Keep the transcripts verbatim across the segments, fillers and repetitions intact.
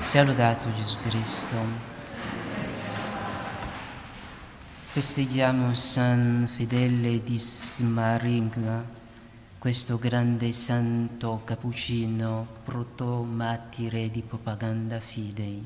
Sia lodato Gesù Cristo. Festeggiamo San Fedele di Smaringa, questo grande santo cappuccino, protomartire di Propaganda Fidei.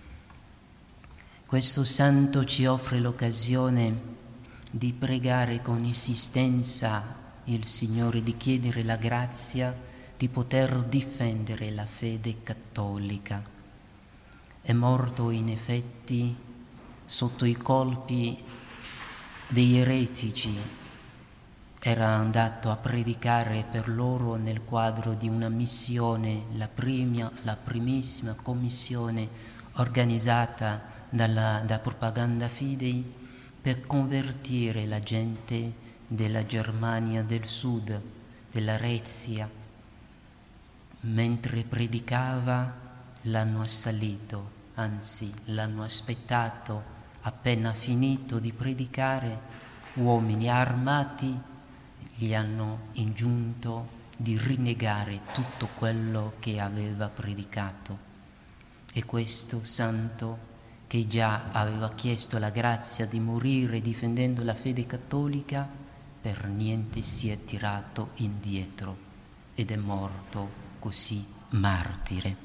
Questo santo ci offre l'occasione di pregare con insistenza il Signore, di chiedere la grazia di poter difendere la fede cattolica. È morto in effetti sotto i colpi degli eretici, era andato a predicare per loro nel quadro di una missione, la, prima, la primissima commissione organizzata dalla, da Propaganda Fidei per convertire la gente della Germania del Sud, della Rezia. Mentre predicava l'hanno assalito, anzi l'hanno aspettato, appena finito di predicare, uomini armati gli hanno ingiunto di rinnegare tutto quello che aveva predicato. E questo santo, che già aveva chiesto la grazia di morire difendendo la fede cattolica, per niente si è tirato indietro ed è morto così martire.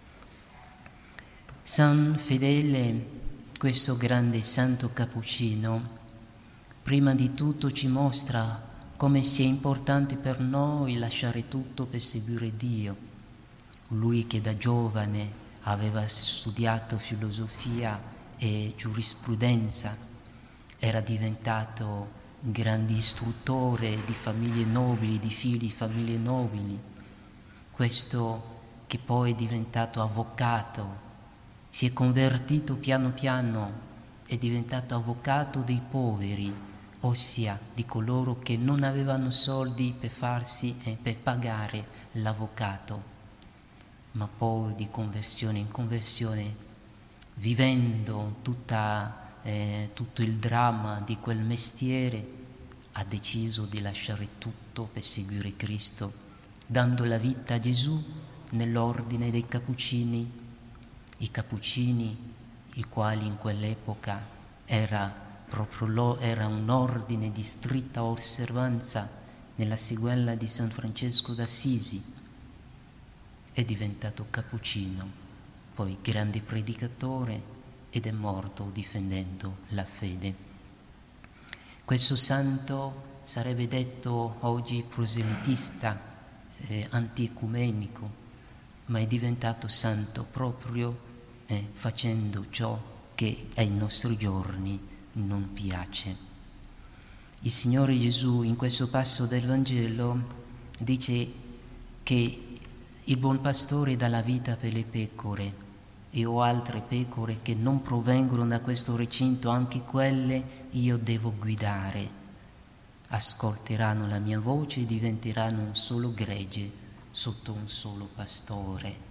San Fedele, questo grande santo cappuccino, prima di tutto ci mostra come sia importante per noi lasciare tutto per seguire Dio. Lui che da giovane aveva studiato filosofia e giurisprudenza, era diventato un grande istruttore di famiglie nobili, di figli di famiglie nobili. Questo che poi è diventato avvocato, si è convertito piano piano, è diventato avvocato dei poveri, ossia di coloro che non avevano soldi per farsi e per pagare l'avvocato. Ma poi di conversione in conversione, vivendo tutta, eh, tutto il dramma di quel mestiere, ha deciso di lasciare tutto per seguire Cristo, dando la vita a Gesù nell'ordine dei Cappuccini. I Cappuccini, i quali in quell'epoca era proprio lo, era un ordine di stretta osservanza nella seguella di San Francesco d'Assisi. È diventato cappuccino, poi grande predicatore, ed è morto difendendo la fede. Questo santo sarebbe detto oggi proselitista, eh, antiecumenico, ma è diventato santo proprio eh, facendo ciò che ai nostri giorni non piace. Il Signore Gesù in questo passo del Vangelo dice che il buon pastore dà la vita per le pecore, e ho altre pecore che non provengono da questo recinto, anche quelle io devo guidare. Ascolteranno la mia voce e diventeranno un solo gregge sotto un solo pastore.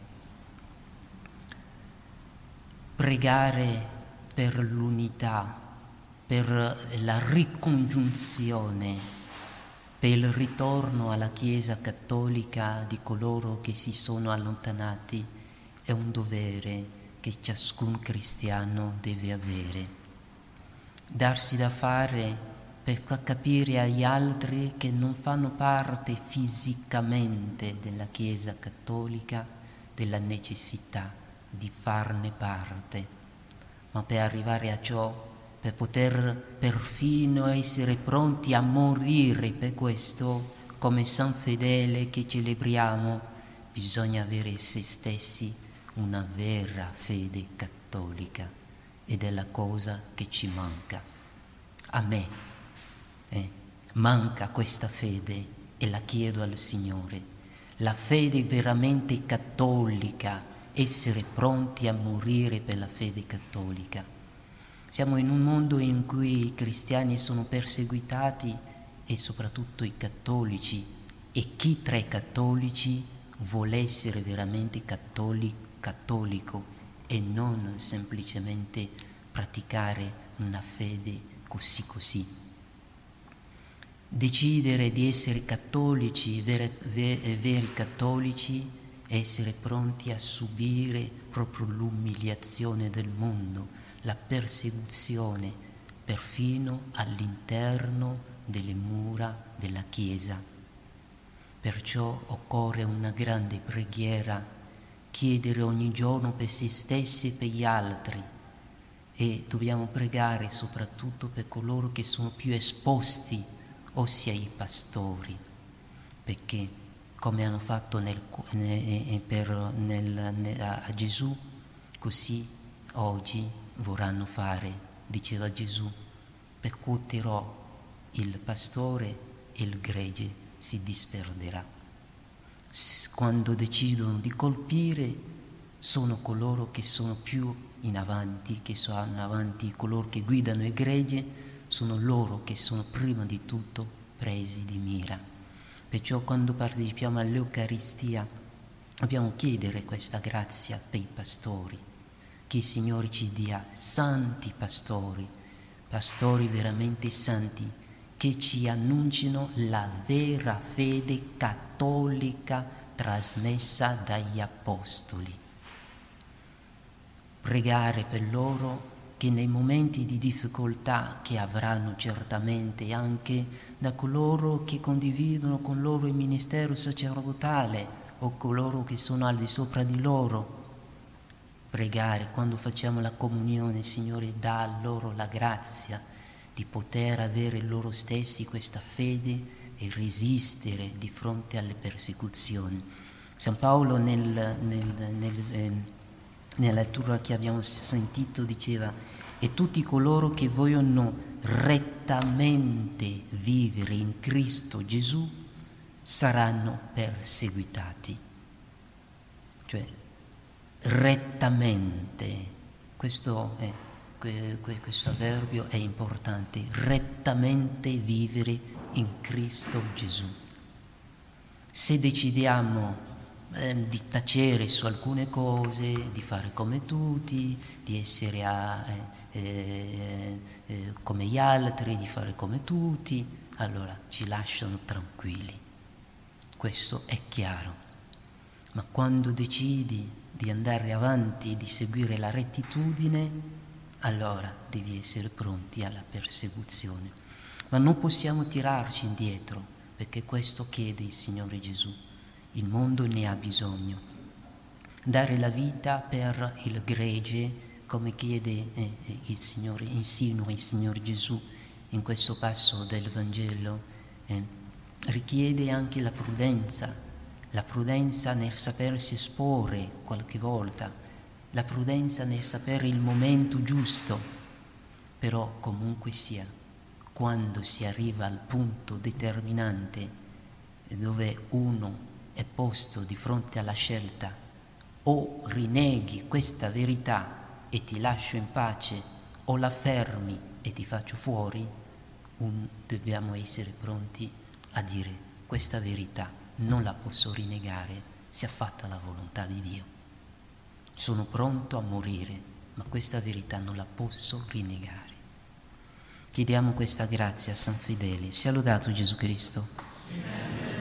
Pregare per l'unità, per la ricongiunzione, per il ritorno alla Chiesa cattolica di coloro che si sono allontanati, è un dovere che ciascun cristiano deve avere. Darsi da fare per far capire agli altri che non fanno parte fisicamente della Chiesa cattolica della necessità di farne parte, ma per arrivare a ciò, per poter perfino essere pronti a morire per questo, come San Fedele che celebriamo, bisogna avere se stessi una vera fede cattolica, ed è la cosa che ci manca. A me eh, manca questa fede e la chiedo al Signore, la fede veramente cattolica, essere pronti a morire per la fede cattolica. Siamo in un mondo in cui i cristiani sono perseguitati, e soprattutto i cattolici, e chi tra i cattolici vuole essere veramente cattolico, cattolico e non semplicemente praticare una fede così così. Decidere di essere cattolici, veri, veri cattolici, essere pronti a subire proprio l'umiliazione del mondo, la persecuzione, perfino all'interno delle mura della Chiesa. Perciò occorre una grande preghiera, chiedere ogni giorno per se stessi e per gli altri, e dobbiamo pregare soprattutto per coloro che sono più esposti, ossia i pastori, perché come hanno fatto nel, nel, per, nel, nel, a Gesù, così oggi vorranno fare, diceva Gesù, percuoterò il pastore e il gregge si disperderà. Quando decidono di colpire sono coloro che sono più in avanti, che sono avanti, coloro che guidano il gregge, sono loro che sono prima di tutto presi di mira. Perciò quando partecipiamo all'Eucaristia dobbiamo chiedere questa grazia per i pastori, che il Signore ci dia santi pastori, pastori veramente santi, che ci annuncino la vera fede cattolica trasmessa dagli apostoli. Pregare per loro che nei momenti di difficoltà che avranno certamente anche da coloro che condividono con loro il ministero sacerdotale o coloro che sono al di sopra di loro, pregare quando facciamo la comunione, Signore, dà loro la grazia di poter avere loro stessi questa fede e resistere di fronte alle persecuzioni. San Paolo nel, nel, nel, eh, nella lettura che abbiamo sentito diceva: e tutti coloro che vogliono rettamente vivere in Cristo Gesù saranno perseguitati. Cioè, rettamente, questo, è, questo avverbio è importante, rettamente vivere in Cristo Gesù. Se decidiamo eh, di tacere su alcune cose, di fare come tutti, di essere a, eh, eh, eh, come gli altri, di fare come tutti, allora ci lasciano tranquilli. Questo è chiaro. Ma quando decidi di andare avanti, di seguire la rettitudine, allora devi essere pronti alla persecuzione. Ma non possiamo tirarci indietro, perché questo chiede il Signore Gesù. Il mondo ne ha bisogno. Dare la vita per il gregge, come chiede eh, il Signore, insinua il Signore Gesù in questo passo del Vangelo, eh, richiede anche la prudenza, la prudenza nel sapersi esporre qualche volta, la prudenza nel sapere il momento giusto, però comunque sia, quando si arriva al punto determinante dove uno è posto di fronte alla scelta: o rinneghi questa verità e ti lascio in pace, o la fermi e ti faccio fuori, un, dobbiamo essere pronti a dire: questa verità non la posso rinnegare, sia fatta la volontà di Dio. Sono pronto a morire, ma questa verità non la posso rinnegare. Chiediamo questa grazia a San Fedele. Sia lodato Gesù Cristo.